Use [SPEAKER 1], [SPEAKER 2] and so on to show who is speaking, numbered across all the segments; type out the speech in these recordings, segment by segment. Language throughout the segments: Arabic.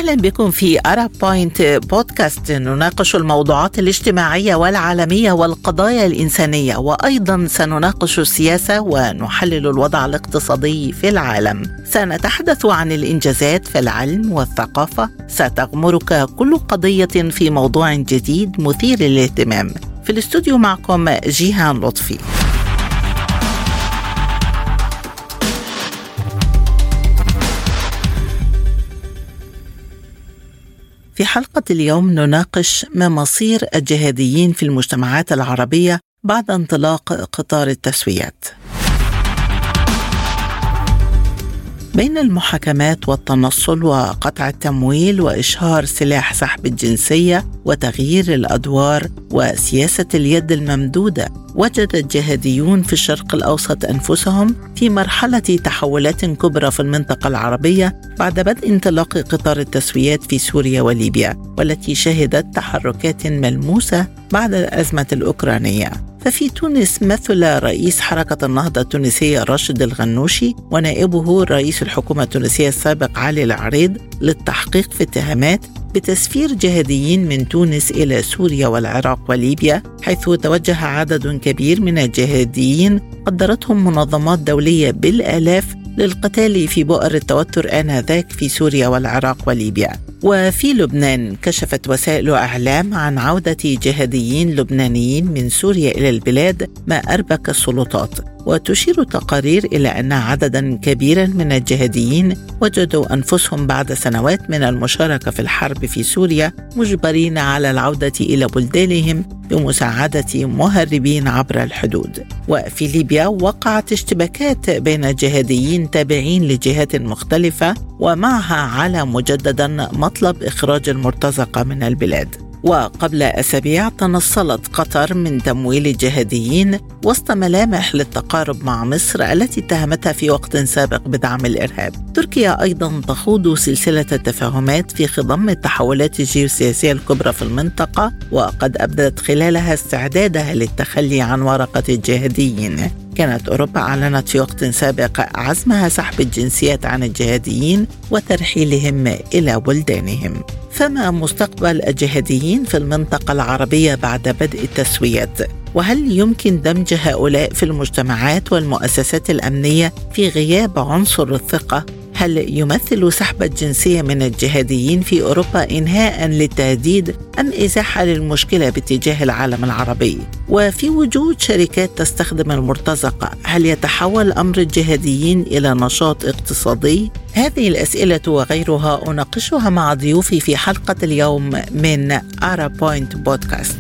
[SPEAKER 1] أهلا بكم في أرب بوينت بودكاست، نناقش الموضوعات الاجتماعية والعالمية والقضايا الإنسانية، وأيضا سنناقش السياسة ونحلل الوضع الاقتصادي في العالم. سنتحدث عن الإنجازات في العلم والثقافة. ستغمرك كل قضية في موضوع جديد مثير للاهتمام. في الاستوديو معكم جيهان لطفي. في حلقة اليوم نناقش ما مصير الجهاديين في المجتمعات العربية بعد انطلاق قطار التسويات. بين المحاكمات والتنصل وقطع التمويل وإشهار سلاح سحب الجنسية وتغيير الأدوار وسياسة اليد الممدودة، وجد الجهاديون في الشرق الأوسط أنفسهم في مرحلة تحولات كبرى في المنطقة العربية بعد بدء انطلاق قطار التسويات في سوريا وليبيا، والتي شهدت تحركات ملموسة بعد الأزمة الأوكرانية. ففي تونس مثل رئيس حركة النهضة التونسية راشد الغنوشي ونائبه رئيس الحكومة التونسية السابق علي العريض للتحقيق في اتهامات بتسفير جهاديين من تونس إلى سوريا والعراق وليبيا، حيث توجه عدد كبير من الجهاديين قدرتهم منظمات دولية بالآلاف للقتال في بؤر التوتر آنذاك في سوريا والعراق وليبيا. وفي لبنان كشفت وسائل إعلام عن عودة جهاديين لبنانيين من سوريا إلى البلاد ما أربك السلطات، وتشير تقارير إلى أن عددا كبيرا من الجهاديين وجدوا أنفسهم بعد سنوات من المشاركة في الحرب في سوريا مجبرين على العودة إلى بلدانهم بمساعدة مهربين عبر الحدود. وفي ليبيا وقعت اشتباكات بين جهاديين تابعين لجهات مختلفة ومعها على مجددا مطلب إخراج المرتزقة من البلاد. وقبل أسابيع تنصلت قطر من تمويل الجهاديين وسط ملامح للتقارب مع مصر التي اتهمتها في وقت سابق بدعم الإرهاب. تركيا أيضا تخوض سلسلة التفاهمات في خضم التحولات الجيوسياسية الكبرى في المنطقة، وقد أبدت خلالها استعدادها للتخلي عن ورقة الجهاديين. كانت أوروبا أعلنت في وقت سابق عزمها سحب الجنسيات عن الجهاديين وترحيلهم إلى بلدانهم. فما مستقبل الجهاديين في المنطقة العربية بعد بدء التسويات؟ وهل يمكن دمج هؤلاء في المجتمعات والمؤسسات الأمنية في غياب عنصر الثقة؟ هل يمثل سحب الجنسية من الجهاديين في أوروبا إنهاء للتهديد أم إزاحة للمشكلة باتجاه العالم العربي؟ وفي وجود شركات تستخدم المرتزقة، هل يتحول أمر الجهاديين إلى نشاط اقتصادي؟ هذه الأسئلة وغيرها أناقشها مع ضيوفي في حلقة اليوم من أرب بوينت بودكاست.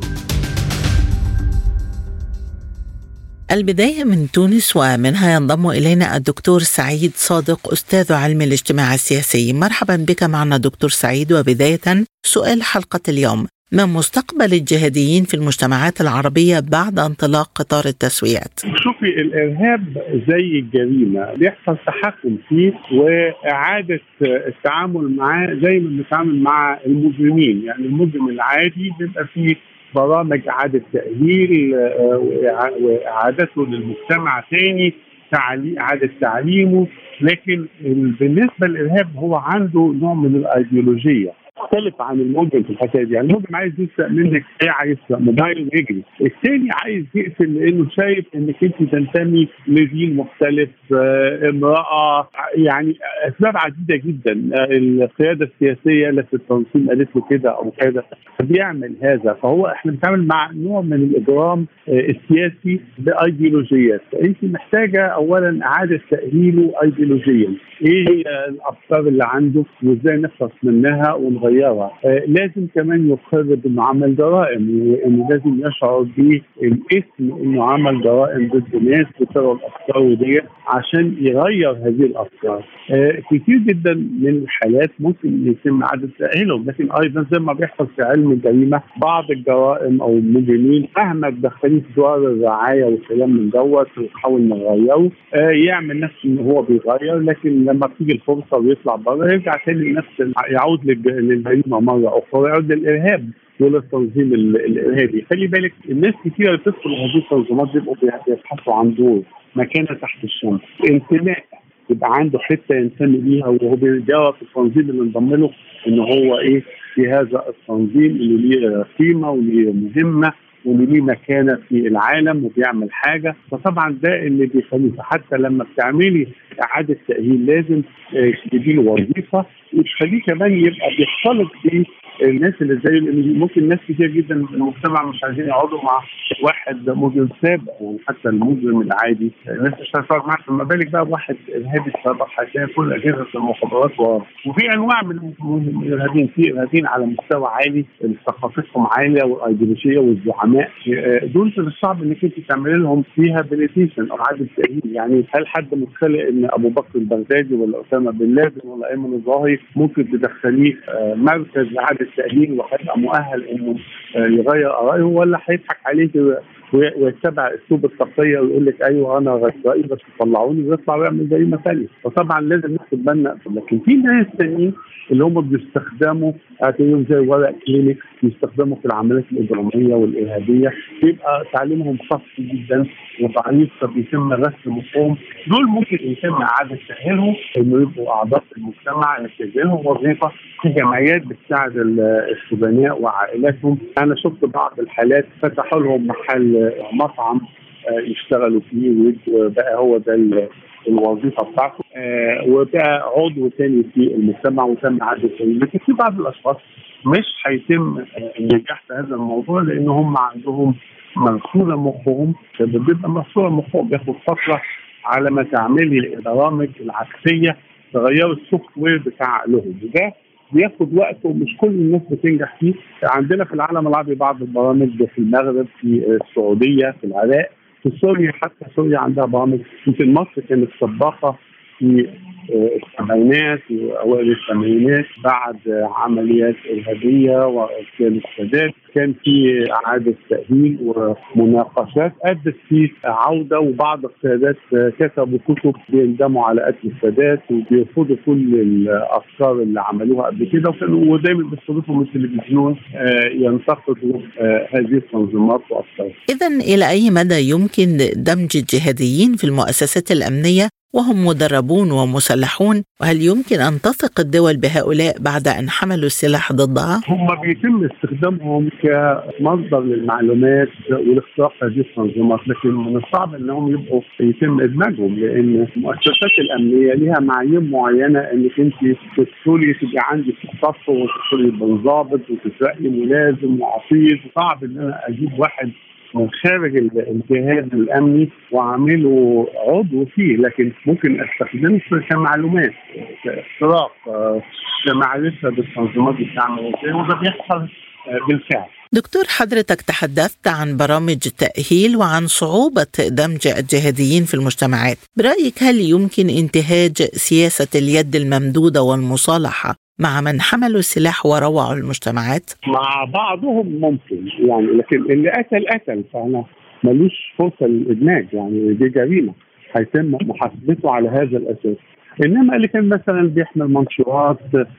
[SPEAKER 1] البداية من تونس، ومنها ينضم إلينا الدكتور سعيد صادق أستاذ علم الاجتماع السياسي. مرحبا بك معنا دكتور سعيد. وبداية سؤال حلقة اليوم: ما مستقبل الجهاديين في المجتمعات العربية بعد انطلاق قطار التسويات؟
[SPEAKER 2] شوفي، الإرهاب زي الجريمة بيحصل تحكم فيه وإعادة التعامل معاه زي ما بنتعامل مع المجرمين. يعني المجرم العادي بيبقى فيه برامج إعادة تأهيل وإعادته للمجتمع تاني، إعادة تعليمه. لكن بالنسبة للإرهاب هو عنده نوع من الأيديولوجية مختلف عن المجرم في الحكايه دي. يعني المجرم عايز يسرق منك عايز يسرق موبايل ويجري، الثاني عايز يقتل لانه شايف انك انت تنتمي لدين مختلف، امراه، يعني اسباب عديده جدا. القياده السياسيه اللي في التنظيم قالت له كده او كده فبيعمل هذا. فهو احنا بنتعامل مع نوع من الاجرام السياسي بايديولوجيات. انت محتاجه اولا اعاده تاهيله ايديولوجيا، ايه هي الافكار اللي عنده وازاي نخلص منها ونغيرها. لازم كمان يقر بانه عمل جرائم، وانه لازم يشعر بالاسم انه عمل جرائم ضد ناس بسبب الافكار دي عشان يغير هذه الافكار. كتير جدا من الحالات ممكن يتم اعاده تاهيلهم، لكن ايضا زي ما بيحصل في علم الجريمه بعض الجرائم او المجرمين مهما تدخلين في دوار الرعايه والكلام من دوت ويحاول نغيره، يعمل نفسه ان هو بيغير، لكن لما بتيجي الفرصه ويطلع بره يرجع تاني لنفس، يعود للجريمه مره اخرى، يعود للارهاب وللتنظيم الارهابي. خلي بالك الناس كتير اللي بتدخل هذه التنظيمات بيبقوا بيبحثوا عن دور، مكانه تحت الشمس، انتماء يبقى عنده حته ينتمي ليها، وهو بيجاوب التنظيم اللي انضم له ان هو في هذا التنظيم اللي ليه قيمه وليه مهمه واللي ليه مكانه في العالم وبيعمل حاجه. فطبعا ده اللي بيخليه، حتى لما بتعملي اعاده تاهيل لازم تديله وظيفه وتخليه كمان يبقى بيختلط بالناس اللي زيه، لان ممكن ناس كتير جدا في المجتمع مش عايزين يقعدوا مع واحد مجرم سابق، يعني حتى المجرم العادي الناس مش هتقعد معاه، فما بالك بقى واحد ارهابي سابق هتلاقي كل اجهزه المخابرات وراه. وفي انواع من الارهابيين، في ارهابيين على مستوى عالي ثقافتهم عاليه والايديولوجيه والزعماء، دول من الصعب انك انت تعملي لهم فيها هابيليتيشن او اعاده تاهيل. يعني هل حد متخيل ان ابو بكر البغدادي ولا اسامه بن لادن ولا ايمن الظاهري ممكن تدخليه مركز لاعاده تاهيل وهيبقى مؤهل انه يغير ارائه، ولا هيضحك عليك ويتبع اسلوب التقيه ويقول لك ايوه انا رأيي بس طلعوني ويطلع ويعمل جريمه ثانيه؟ فطبعا لازم ناخد بالنا. لكن في ناس ثانيين اللي هم بيستخدموا اعتبرهم زي ورق كلينيك، بيستخدموا في العمليات الاجراميه والارهابيه، بيبقى تعليمهم سطحي جدا وضعيف، فبيتم رسم مفهوم. دول ممكن يتم اعاده تاهيلهم انه يبقوا اعضاء في المجتمع، يتجهلهم وظيفه في جمعيات بتساعد السجناء وعائلاتهم. انا شفت بعض الحالات فتحوا لهم محل مطعم يشتغلوا فيه وبقى هو ده الوظيفه بتاعته، وبقى عضو ثاني في المجتمع وتم اعاده تاهيله. لكن في بعض الاشخاص مش هيتم النجاح في هذا الموضوع لان هم عندهم مغسوله مخهم، بيبقى مغسوله مخهم بياخد فتره على ما تعملي البرامج العكسيه تغيروا السوفت وير بتاع عقلهم، وده بياخد وقت ومش كل الناس بتنجح فيه. عندنا في العالم العربي بعض البرامج، في المغرب، في السعوديه، في العراق، في سوريا، حتى سوريا عندها برامج. يمكن مصر كانت سباقه في السبعينات واوائل الثمانينات بعد عمليات ارهابيه وكان السادات، كان في اعاده تاهيل ومناقشات ادت في عوده، وبعض القيادات كتبوا كتب بيندموا على قتل السادات وبيرفضوا كل الافكار اللي عملوها قبل كده، وكانوا دايما بيستضيفوا من التلفزيون ينتقدوا هذه التنظيمات وافكارها.
[SPEAKER 1] اذا الى اي مدى يمكن دمج الجهاديين في المؤسسات الامنيه وهم مدربون ومسلحون؟ وهل يمكن أن تثق الدول بهؤلاء بعد أن حملوا السلاح ضدها؟
[SPEAKER 2] هم بيتم استخدامهم كمصدر للمعلومات والاختراق هذه التنظيمات، لكن من الصعب أنهم يتم إدماجهم، لأن المؤسسات الأمنية لها معايير معينة أنك أنت تدخلي تبقى عندك الصف وتدخلي بالضابط وتسرقي ملازم وعصير. صعب أن أنا أجيب واحد من خارج الجهاز الامني واعمله عضو فيه، لكن ممكن استخدمه كمعلومات، كاختراق، كمعرفه بالتنظيمات بتاعمل ازاي، وده بيحصل بالفعل.
[SPEAKER 1] دكتور، حضرتك تحدثت عن برامج التأهيل وعن صعوبة دمج الجهاديين في المجتمعات. برأيك هل يمكن انتهاج سياسة اليد الممدودة والمصالحة مع من حملوا السلاح وروعوا المجتمعات؟
[SPEAKER 2] مع بعضهم ممكن يعني، لكن اللي قتل فأنا ملوش فرصة للإدماج، يعني دي جريمة هيتم محاسبته على هذا الأساس. إنما اللي كان مثلا بيحمل منشورات،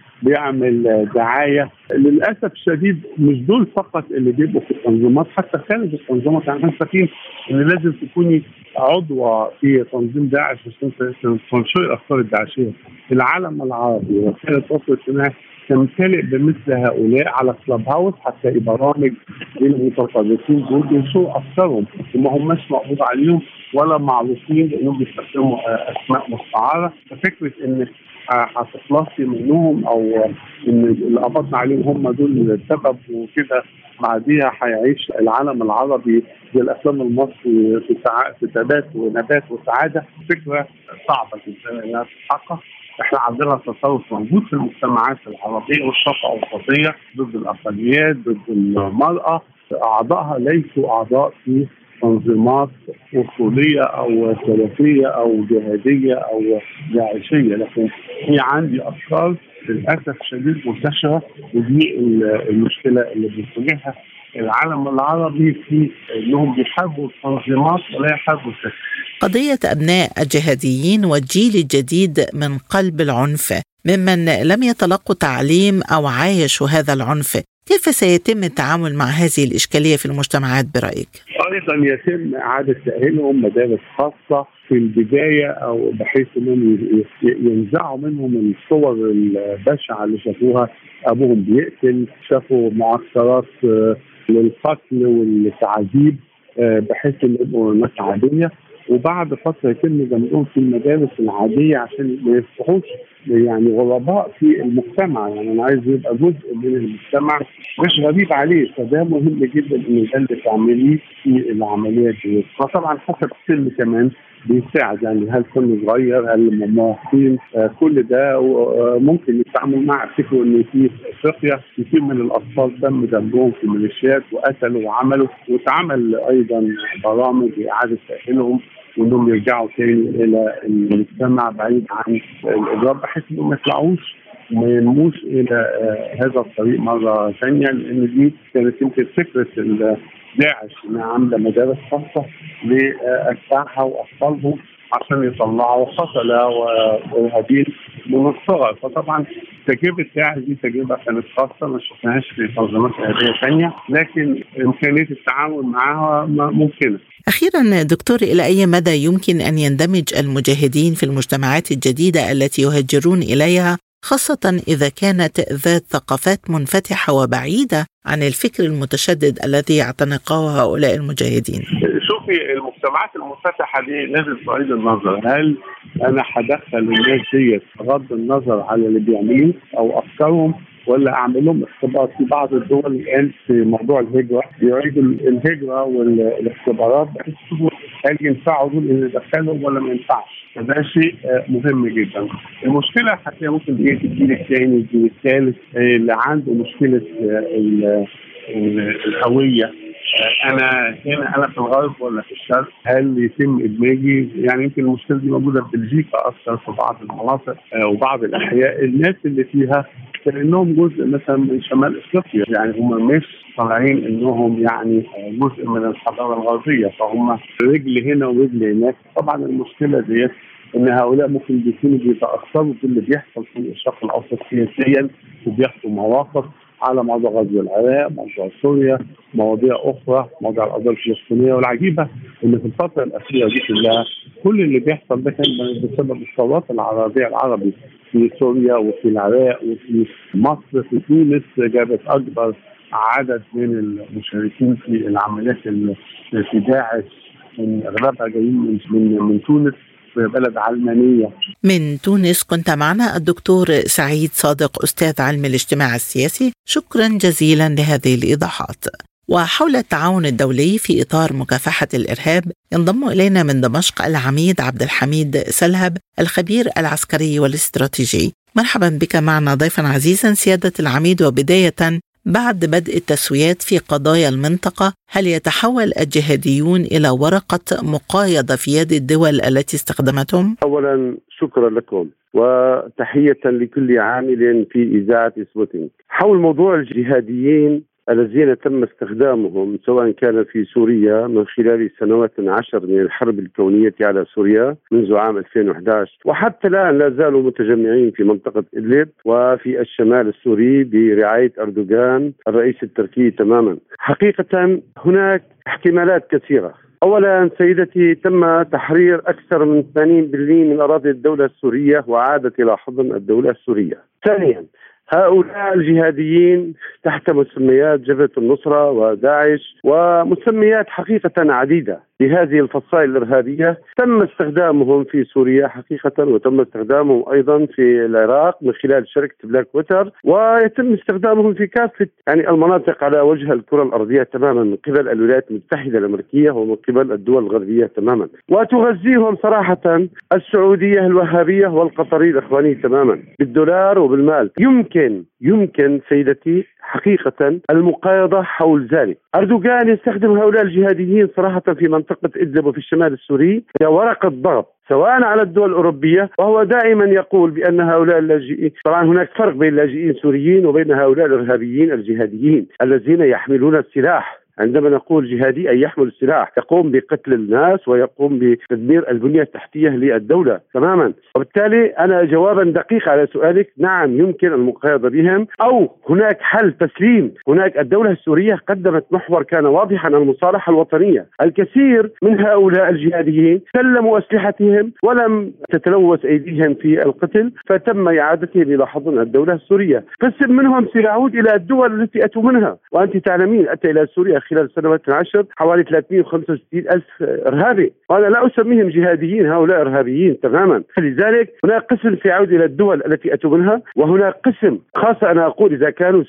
[SPEAKER 2] بيعمل دعاية، للأسف الشديد مش دول فقط اللي بيبقوا في التنظيمات، حتى خارج التنظيمات. يعني فاكرين إن لازم تكوني عضوة في تنظيم داعش عشان تنشري الأفكار الداعشية. في العالم العربي وسائل التواصل الاجتماعي تمتلئ بمثل هؤلاء. على كلاب هاوس حتى برامج للمتطرفين دول بينشروا أفكارهم وما هماش مقبوض عليهم ولا معروفين لأنهم بيستخدموا أسماء مستعارة. ففكرة إن هتخلصي منهم او ان اللي قبضنا عليهم هم دول السبب وكده بعديها هيعيش العالم العربي زي الافلام المصري في ثبات ونبات وسعاده، فكره صعبه جدا انها تتحقق. احنا عندنا تصرف موجود في المجتمعات العربيه والشرق الاوسطيه ضد الاقليات، ضد المراه، اعضائها ليسوا اعضاء في تنظيمات أصولية أو سلفية أو جهادية أو داعشية، لكن هي عندي أفكار للأسف شديد منتشرة، ودي المشكلة اللي بيواجهها العالم العربي في أنهم بيحاربوا التنظيمات ولا يحاربوا السياسة.
[SPEAKER 1] قضية أبناء الجهاديين والجيل الجديد من قلب العنف ممن لم يتلقوا تعليم أو عايشوا هذا العنف، كيف سيتم التعامل مع هذه الإشكالية في المجتمعات برأيك؟
[SPEAKER 2] أيضا يتم إعادة تأهيلهم مدارس خاصة في البداية، أو بحيث أنهم ينزعوا منهم الصور البشعة اللي شافوها. أبوهم بيقتل، شافوا معسكرات للقتل والتعذيب، بحيث أن يبقوا ناس عادية، وبعد فترة يتم دمجهم في المدارس العادية عشان ما يصبحوش يعني غرباء في المجتمع. يعني أنا عايز يبقى جزء من المجتمع مش غريب عليه. فده مهم جدا إن ده اللي تعمليه في العملية دي. فطبعا حسب السن كمان بيساعد، يعني هل سن صغير، هل مراهقين، كل ده ممكن يتعاملوا مع. افتكروا ان في افريقيا كثير من الاطفال تم دمجهم في ميليشيات وقتلوا وعملوا، واتعمل ايضا برامج لاعاده تاهيلهم وانهم يرجعوا تاني الى المجتمع بعيد عن الاضراب، بحيث انهم ما يطلعوش وما ينموش الى هذا الطريق مره ثانيه. لان دي كانت يمكن فكره داعش انها عامله مدارس خاصه لاتباعها واطفالهم عشان يطلعوا قتله وارهابيين من الصغر. فطبعا تجربه داعش دي تجربه كانت خاصه ما شفناهاش في تنظيمات ارهابيه ثانيه، لكن امكانيه التعامل معها ممكنه.
[SPEAKER 1] أخيرا دكتور، إلى أي مدى يمكن أن يندمج المجاهدين في المجتمعات الجديدة التي يهجرون إليها، خاصة إذا كانت ذات ثقافات منفتحة وبعيدة عن الفكر المتشدد الذي يعتنقه هؤلاء المجاهدين؟
[SPEAKER 2] شوفي، المجتمعات المنفتحة دي لازم تعيد النظر. هل أنا هدخل الناس دي بغض النظر على اللي بيعملوه أو أفكارهم، ولا أعمل لهم اختبار؟ في بعض الدول الآن في موضوع الهجرة بيعيدوا الهجرة والاختبارات بحيث يشوفوا هل ينفعوا دول إن يدخلهم ولا ما ينفعش. فده شيء مهم جدا. المشكلة هتلاقي ممكن في الجيل الثاني الجيل الثالث اللي عنده مشكلة الهوية. انا في الغرب ولا في الشرق؟ هل يتم ادماجي؟ يعني يمكن المشكله دي موجوده في بلجيكا اكثر في بعض المناطق وبعض الاحياء. الناس اللي فيها كانهم جزء مثلا من شمال افريقيا، يعني هم مش طالعين انهم يعني جزء من الحضاره الغربيه، فهم رجل هنا ورجل هناك. طبعا المشكله ديت ان هؤلاء ممكن يكونوا بيتاثروا باللي بيحصل في الشرق الاوسط سياسيا، وبياخدوا مواقف على موضوع غزو العراق، موضوع سوريا، مواضيع اخرى، موضوع القضيه الفلسطينيه. والعجيبه ان في الفتره الاخيره دي كلها كل اللي بيحصل ده كان بسبب الثورات العربي في سوريا وفي العراق وفي مصر. في تونس جابت اكبر عدد من المشاركين في العمليات في داعش، من اغلبها جايين من تونس، بلد علمانية.
[SPEAKER 1] من تونس كنت معنا الدكتور سعيد صادق، أستاذ علم الاجتماع السياسي. شكرا جزيلا لهذه الإيضاحات. وحول التعاون الدولي في إطار مكافحة الإرهاب ينضم إلينا من دمشق العميد عبد الحميد سلهب، الخبير العسكري والاستراتيجي. مرحبا بك معنا ضيفا عزيزا سيادة العميد. وبداية، بعد بدء التسويات في قضايا المنطقة، هل يتحول الجهاديون إلى ورقة مقايضة في يد الدول التي استخدمتهم؟
[SPEAKER 3] أولا شكرا لكم وتحية لكل عامل في إذاعة سبوتينغ. حول موضوع الجهاديين الذين تم استخدامهم سواء كان في سوريا من خلال سنوات 10 من الحرب الكونية على سوريا منذ عام 2011 وحتى الآن لا زالوا متجمعين في منطقة إدلب وفي الشمال السوري برعاية أردوغان الرئيس التركي تماما. حقيقة هناك احتمالات كثيرة. أولا سيدتي، تم تحرير أكثر من 80% من أراضي الدولة السورية وعادت إلى حضن الدولة السورية. ثانيا، هؤلاء الجهاديين تحت مسميات جبهة النصرة وداعش ومسميات حقيقة عديدة لهذه الفصائل الإرهابية تم استخدامهم في سوريا حقيقة، وتم استخدامهم أيضا في العراق من خلال شركة بلاك ووتر، ويتم استخدامهم في كافة يعني المناطق على وجه الكرة الأرضية تماما من قبل الولايات المتحدة الأمريكية ومن قبل الدول الغربية تماما. وتغذيهم صراحة السعودية الوهابية والقطرية الإخوانية تماما بالدولار وبالمال. يمكن سيدتي حقيقة المقايضة حول ذلك. أردوغان يستخدم هؤلاء الجهاديين صراحة في منطقة إدلب وفي الشمال السوري كورقة ضغط سواء على الدول الأوروبية، وهو دائما يقول بأن هؤلاء اللاجئين، طبعا هناك فرق بين اللاجئين السوريين وبين هؤلاء الإرهابيين الجهاديين الذين يحملون السلاح عندما نقول جهادي أي يحمل السلاح يقوم بقتل الناس ويقوم بتدمير البنية التحتية للدولة تماما. وبالتالي أنا جوابا دقيق على سؤالك، نعم يمكن المقايضة بهم، أو هناك حل تسليم. هناك الدولة السورية قدمت محور كان واضحا المصالحة الوطنية. الكثير من هؤلاء الجهاديين سلموا أسلحتهم ولم تتلوث أيديهم في القتل، فتم إعادتهم إلى حضن الدولة السورية. قسم منهم سيعود إلى الدول التي أتوا منها، وأنت تعلمين أتى إلى سوريا خلال سنوات 10 حوالي 365 ألف إرهابي، وأنا لا أسميهم جهاديين، هؤلاء إرهابيين تماما. لذلك هناك قسم سيعود إلى الدول التي أتوا منها، وهناك قسم خاصة أنا أقول إذا كانوا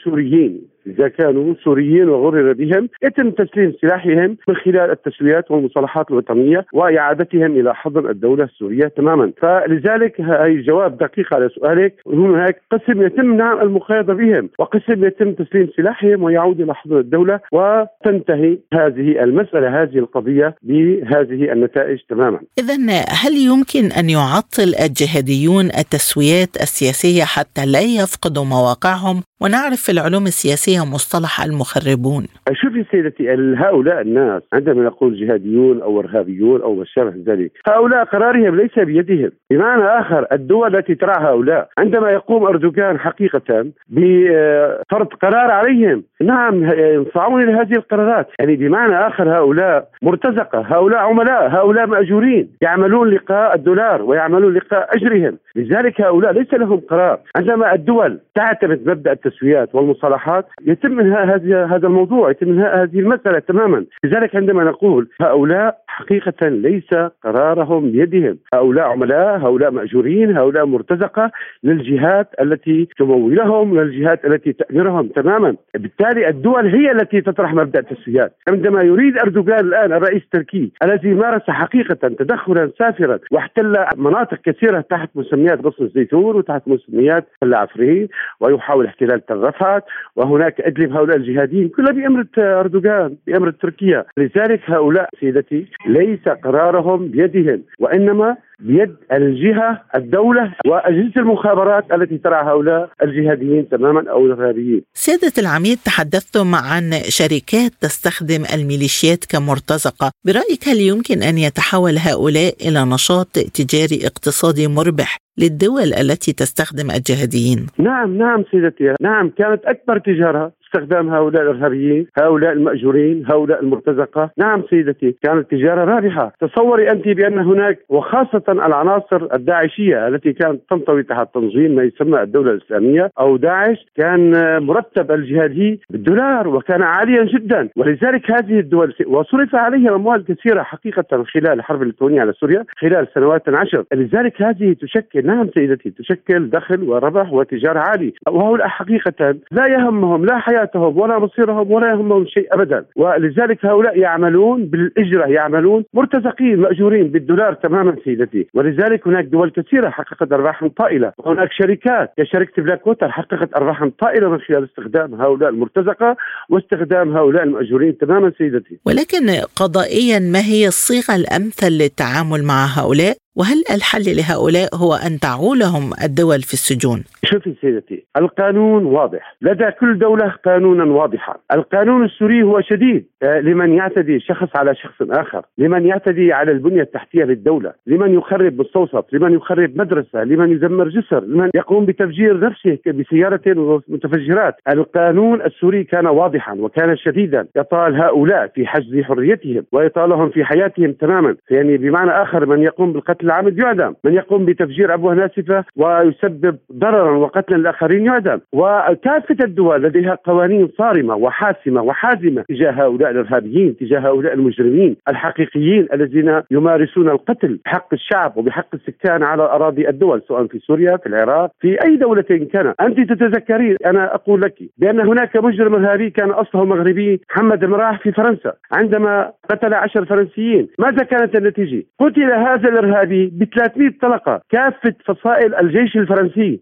[SPEAKER 3] سوريين وغرر بهم يتم تسليم سلاحهم من خلال التسويات والمصالحات الوطنية وإعادتهم إلى حضن الدولة السورية تماما. فلذلك هي جواب دقيق على سؤالك. هناك قسم يتم نعم المقايضة بهم، وقسم يتم تسليم سلاحهم ويعود إلى حضن الدولة، وتنتهي هذه المسألة، هذه القضية بهذه النتائج تماما.
[SPEAKER 1] إذن هل يمكن أن يعطل الجهاديون التسويات السياسية حتى لا يفقدوا مواقعهم؟ ونعرف في العلوم السياسية مصطلح المخربون.
[SPEAKER 3] شوفي سيدتي، هؤلاء الناس عندما نقول جهاديون أو إرهابيون أو ما شابه ذلك، هؤلاء قرارهم ليس بيدهم. بمعنى آخر الدول التي ترى هؤلاء عندما يقوم أردوغان حقيقة بفرض قرار عليهم، نعم ينصاعون لهذه القرارات. يعني بمعنى آخر هؤلاء مرتزقة، هؤلاء عملاء، هؤلاء مأجورين يعملون لقاء الدولار ويعملون لقاء أجرهم. لذلك هؤلاء ليس لهم قرار. عندما الدول تعتمد مبدأ التسويات والمصالحات يتم انهاء هذا الموضوع، يتم انهاء هذه المسألة تماما. لذلك عندما نقول هؤلاء حقيقة ليس قرارهم بيدهم، هؤلاء عملاء، هؤلاء مأجورين، هؤلاء مرتزقة للجهات التي تمولهم، للجهات التي تأمرهم تماما. بالتالي الدول هي التي تطرح مبدأ التسويات. عندما يريد أردوغان الآن الرئيس التركي الذي مارس حقيقة تدخلا سافرا واحتل مناطق كثيرة تحت مسميات غصن الزيتون وتحت مسميات تل عفرين، ويحاول احتلال تل رفعت، وهناك أدلب هؤلاء الجهاديين كلها بأمر أردوغان، بأمر تركيا. لذلك هؤلاء سيدتي ليس قرارهم بيدهم، وإنما بيد الجهة الدولة وأجهزة المخابرات التي ترعى هؤلاء الجهاديين تماما أو الإرهابيين.
[SPEAKER 1] سيادة العميد، تحدثتم عن شركات تستخدم الميليشيات كمرتزقة، برأيك هل يمكن أن يتحول هؤلاء إلى نشاط تجاري اقتصادي مربح للدول التي تستخدم الجهاديين؟
[SPEAKER 3] نعم سيدتي، نعم كانت أكبر تجارة استخدام هؤلاء الإرهابيين، هؤلاء المأجورين، هؤلاء المرتزقة. نعم سيدتي كانت تجارة رابحة. تصوري أنت بأن هناك وخاصة العناصر الداعشية التي كانت تنطوي تحت تنظيم ما يسمى الدولة الإسلامية أو داعش، كان مرتب الجهادي بالدولار وكان عاليا جدا. ولذلك هذه الدول وصرف عليها أموال كثيرة حقيقة خلال الحرب الإلكترونية على سوريا خلال سنوات 10. لذلك هذه تشكل، نعم سيدتي، تشكل دخل وربح وتجارة عالي. وهؤلاء حقيقة لا يهمهم لا حياتهم ولا مصيرهم ولا يهمهم شيء أبدا. ولذلك هؤلاء يعملون بالإجرة، يعملون مرتزقين مأجورين بالدولار تماما سيدتي. ولذلك هناك دول كثيرة حققت أرباحا طائلة، وهناك شركات كشركة بلاك ووتر حققت أرباحا طائلة من خلال استخدام هؤلاء المرتزقة واستخدام هؤلاء المأجورين تماما سيدتي.
[SPEAKER 1] ولكن قضائيا ما هي الصيغة الأمثل للتعامل مع هؤلاء؟ وهل الحل لهؤلاء هو أن تعولهم الدول في السجون؟
[SPEAKER 3] شوفي سيدتي، القانون واضح لدى كل دولة، قانونا واضحا. القانون السوري هو شديد لمن يعتدي شخص على شخص آخر، لمن يعتدي على البنية التحتية للدولة، لمن يخرب مستوصف، لمن يخرب مدرسة، لمن يدمر جسر، لمن يقوم بتفجير نفسه بسيارة ومتفجرات. القانون السوري كان واضحا وكان شديدا، يطال هؤلاء في حجز حريتهم ويطالهم في حياتهم تماما. يعني بمعنى آخر من يقوم بالقتل العمد يعدم، من يقوم بتفجير أبواب ناسفة ويسبب ضررا وقتلا الآخرين يعدم. وكافة الدول لديها قوانين صارمة وحاسمة وحازمة تجاه هؤلاء الإرهابيين، تجاه هؤلاء المجرمين الحقيقيين الذين يمارسون القتل بحق الشعب وبحق السكان على أراضي الدول، سواء في سوريا، في العراق، في أي دولة كان. أنت تتذكرين، أنا أقول لك بأن هناك مجرم إرهابي كان أصله مغربي، محمد مراح، في فرنسا، عندما قتل 10 فرنسيين ماذا كانت النتيجة؟ قتل هذا الإرهابي ب300 طلقة. كافة فصائل الجيش الفرنسي أطلقوا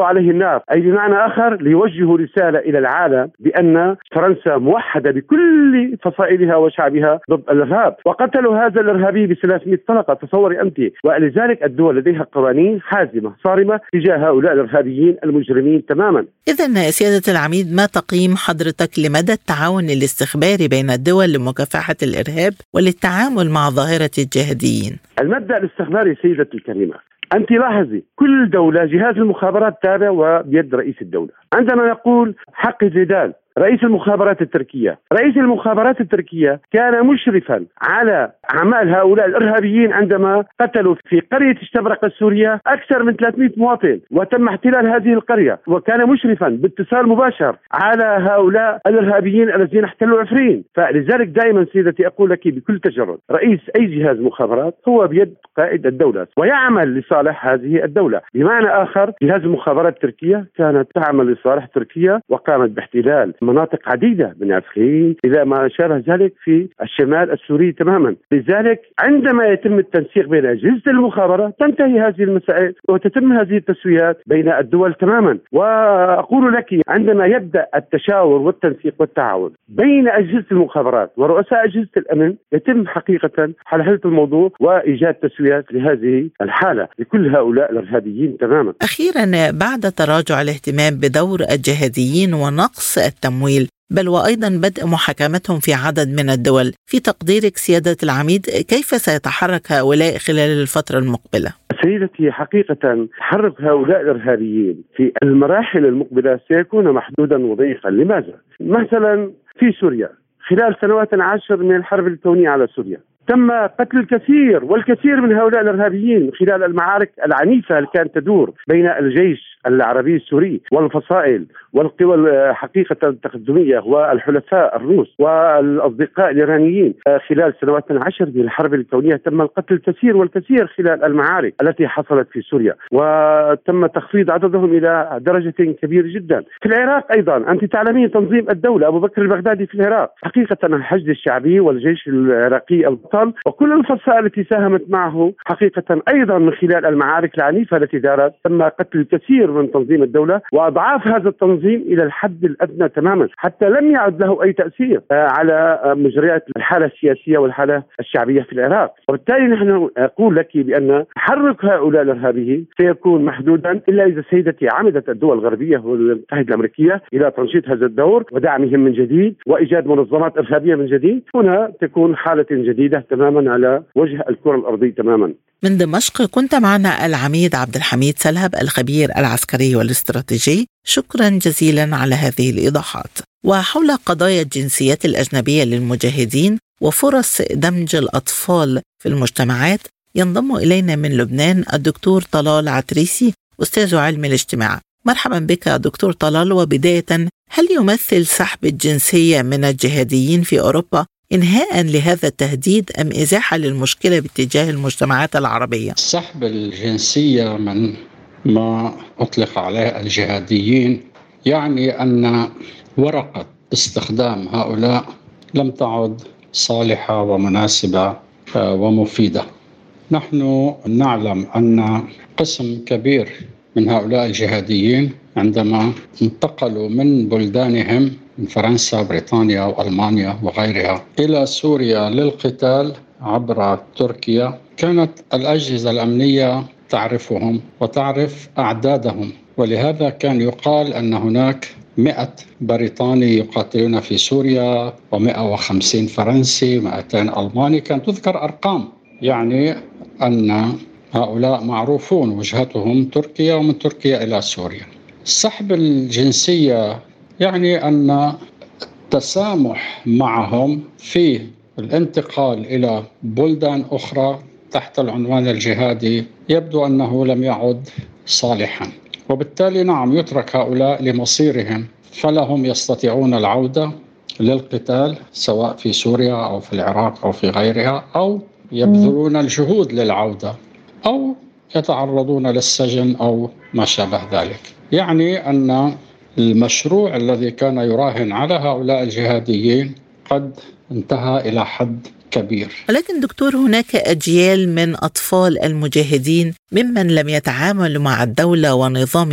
[SPEAKER 3] ليطلقوا عليه النار، أي بمعنى آخر ليوجهوا رسالة إلى العالم بأن فرنسا موحدة بكل فصائلها وشعبها ضد الإرهاب، وقتلوا هذا الإرهابي ب300 طلقة. تصوري أنت. ولذلك الدول لديها قوانين حازمة صارمة تجاه هؤلاء الإرهابيين المجرمين تماما.
[SPEAKER 1] إذن سيادة العميد، ما تقييم حضرتك لمدى التعاون الاستخباري بين الدول لمكافحة الإرهاب وللتعامل مع ظاهرة الجهاديين؟
[SPEAKER 3] المبدأ الاستخباري سيدتي الكريمة، أنت لاحظي كل دولة جهاز المخابرات تابع وبيد رئيس الدولة. عندما نقول حق الجدال، رئيس المخابرات التركية، رئيس المخابرات التركية كان مشرفا على أعمال هؤلاء الإرهابيين عندما قتلوا في قرية اشتبرق السورية أكثر من 300 مواطن وتم احتلال هذه القرية، وكان مشرفا باتصال مباشر على هؤلاء الإرهابيين الذين احتلوا عفرين. فلذلك دائما سيدتي أقول لك بكل تجرد، رئيس أي جهاز مخابرات هو بيد قائد الدولة ويعمل لصالح هذه الدولة. بمعنى آخر جهاز المخابرات التركية كانت تعمل لصالح تركيا وقامت باحتلال مناطق عديدة من عفرين إلى ما شابه ذلك في الشمال السوري تماما. لذلك عندما يتم التنسيق بين أجهزة المخابرة تنتهي هذه المسائل وتتم هذه التسويات بين الدول تماما. وأقول لك عندما يبدأ التشاور والتنسيق والتعاون بين أجهزة المخابرات ورؤساء أجهزة الأمن يتم حقيقة حل الموضوع وإيجاد تسويات لهذه الحالة لكل هؤلاء الإرهابيين تماما.
[SPEAKER 1] أخيرا، بعد تراجع الاهتمام بدور الجهاديين ونقص التمويل بل وأيضا بدء محاكمتهم في عدد من الدول، في تقديرك سيادة العميد كيف سيتحرك هؤلاء خلال الفترة المقبلة؟
[SPEAKER 3] سيدتي حقيقة تحرك هؤلاء الإرهابيين في المراحل المقبلة سيكون محدودا وضيقا. لماذا؟ مثلا في سوريا خلال سنوات 10 من الحرب الكونية على سوريا تم قتل الكثير والكثير من هؤلاء الإرهابيين خلال المعارك العنيفة اللي كانت تدور بين الجيش العربي السوري والفصائل والقوى حقيقة التقدمية والحلفاء الروس والأصدقاء الإيرانيين. خلال سنوات 10 من الحرب الكونية تم القتل الكثير والكثير خلال المعارك التي حصلت في سوريا، وتم تخفيض عددهم إلى درجة كبيرة جدا. في العراق أيضا أنت تعلمين تنظيم الدولة أبو بكر البغدادي في العراق، حقيقة الحشد الشعبي والجيش العراقي البطل وكل الفصائل التي ساهمت معه حقيقة أيضا من خلال المعارك العنيفة التي دارت تم قتل الكثير من تنظيم الدولة وأضعاف هذا التنظيم إلى الحد الأدنى تماما، حتى لم يعد له أي تأثير على مجريات الحالة السياسية والحالة الشعبية في العراق. وبالتالي نحن أقول لك بأن تحرك هؤلاء الإرهابيين سيكون محدودا إلا إذا سيدتي عمدت الدول الغربية والولايات المتحدة الأمريكية إلى تنشيط هذا الدور ودعمهم من جديد وإيجاد منظمات إرهابية من جديد. هنا تكون حالة جديدة تماما على وجه الكرة الأرضية تماما.
[SPEAKER 1] من دمشق كنت معنا العميد عبد الحميد سلهب، الخبير العسكري والاستراتيجي. شكرا جزيلا على هذه الإيضاحات. وحول قضايا الجنسيات الأجنبية للمجاهدين وفرص دمج الأطفال في المجتمعات ينضم إلينا من لبنان الدكتور طلال عتريسي، أستاذ علم الاجتماع. مرحبا بك دكتور طلال. وبداية، هل يمثل سحب الجنسية من الجهاديين في أوروبا إنهاء لهذا التهديد أم إزاحة للمشكلة باتجاه المجتمعات العربية؟
[SPEAKER 4] سحب الجنسية من ما أطلق عليه الجهاديين يعني أن ورقة استخدام هؤلاء لم تعد صالحة ومناسبة ومفيدة. نحن نعلم أن قسم كبير من هؤلاء الجهاديين عندما انتقلوا من بلدانهم من فرنسا وبريطانيا وألمانيا وغيرها إلى سوريا للقتال عبر تركيا، كانت الأجهزة الأمنية تعرفهم وتعرف أعدادهم، ولهذا كان يقال أن هناك 100 بريطاني يقاتلون في سوريا و150 فرنسي 200 ألماني. كانت تذكر أرقام يعني أن هؤلاء معروفون وجهتهم تركيا ومن تركيا إلى سوريا. سحب الجنسية يعني أن التسامح معهم في الانتقال إلى بلدان أخرى تحت العنوان الجهادي يبدو أنه لم يعد صالحا، وبالتالي نعم يترك هؤلاء لمصيرهم، فلهم يستطيعون العودة للقتال سواء في سوريا أو في العراق أو في غيرها، أو يبذلون الجهود للعودة أو يتعرضون للسجن أو ما شابه ذلك. يعني أن المشروع الذي كان يراهن على هؤلاء الجهاديين قد انتهى إلى حد كبير.
[SPEAKER 1] ولكن دكتور، هناك أجيال من أطفال المجاهدين ممن لم يتعاملوا مع الدولة ونظامها.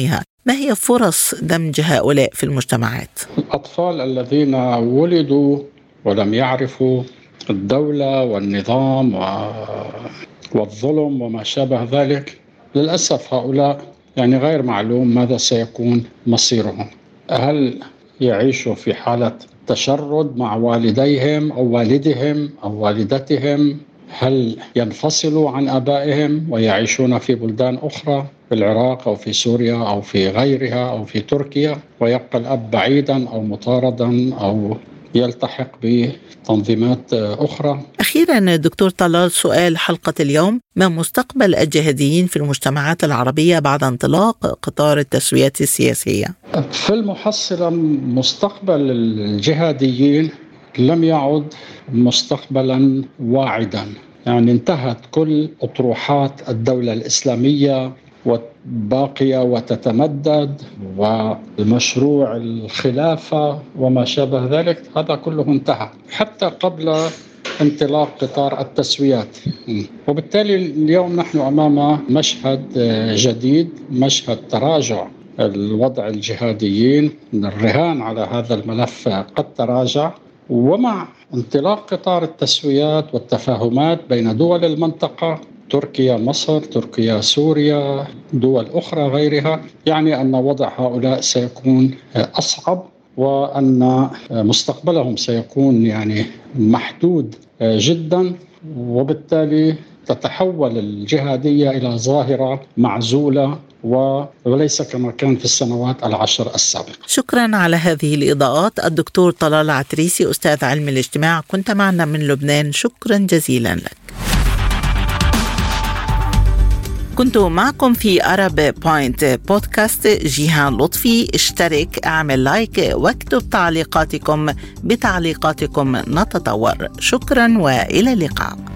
[SPEAKER 1] ما هي فرص دمج هؤلاء في المجتمعات؟
[SPEAKER 4] الأطفال الذين ولدوا ولم يعرفوا الدولة والنظام والظلم وما شابه ذلك، للأسف هؤلاء يعني غير معلوم ماذا سيكون مصيرهم. هل يعيشوا في حالة تشرد مع والديهم أو والدهم أو والدتهم؟ هل ينفصلوا عن آبائهم ويعيشون في بلدان أخرى، في العراق أو في سوريا أو في غيرها أو في تركيا، ويبقى الأب بعيدا أو مطاردا أو يلتحق بتنظيمات أخرى؟
[SPEAKER 1] أخيرا دكتور طلال، سؤال حلقة اليوم: ما مستقبل الجهاديين في المجتمعات العربية بعد انطلاق قطار التسويات السياسية؟
[SPEAKER 4] في المحصلة مستقبل الجهاديين لم يعد مستقبلا واعدا، يعني انتهت كل أطروحات الدولة الإسلامية باقية وتتمدد، والمشروع الخلافة وما شابه ذلك هذا كله انتهى حتى قبل انطلاق قطار التسويات. وبالتالي اليوم نحن أمام مشهد جديد، مشهد تراجع الوضع الجهاديين. الرهان على هذا الملف قد تراجع، ومع انطلاق قطار التسويات والتفاهمات بين دول المنطقة، تركيا مصر، تركيا سوريا، دول أخرى غيرها، يعني أن وضع هؤلاء سيكون أصعب، وأن مستقبلهم سيكون يعني محدود جدا، وبالتالي تتحول الجهادية إلى ظاهرة معزولة وليس كما كان في السنوات 10 السابقة.
[SPEAKER 1] شكرا على هذه الإضاءات الدكتور طلال عتريسي، أستاذ علم الاجتماع، كنت معنا من لبنان. شكرا جزيلا لك. كنت معكم في أرب بوينت بودكاست. جيهان لطفي. اشترك، اعمل لايك واكتب تعليقاتكم، بتعليقاتكم نتطور. شكرا وإلى اللقاء.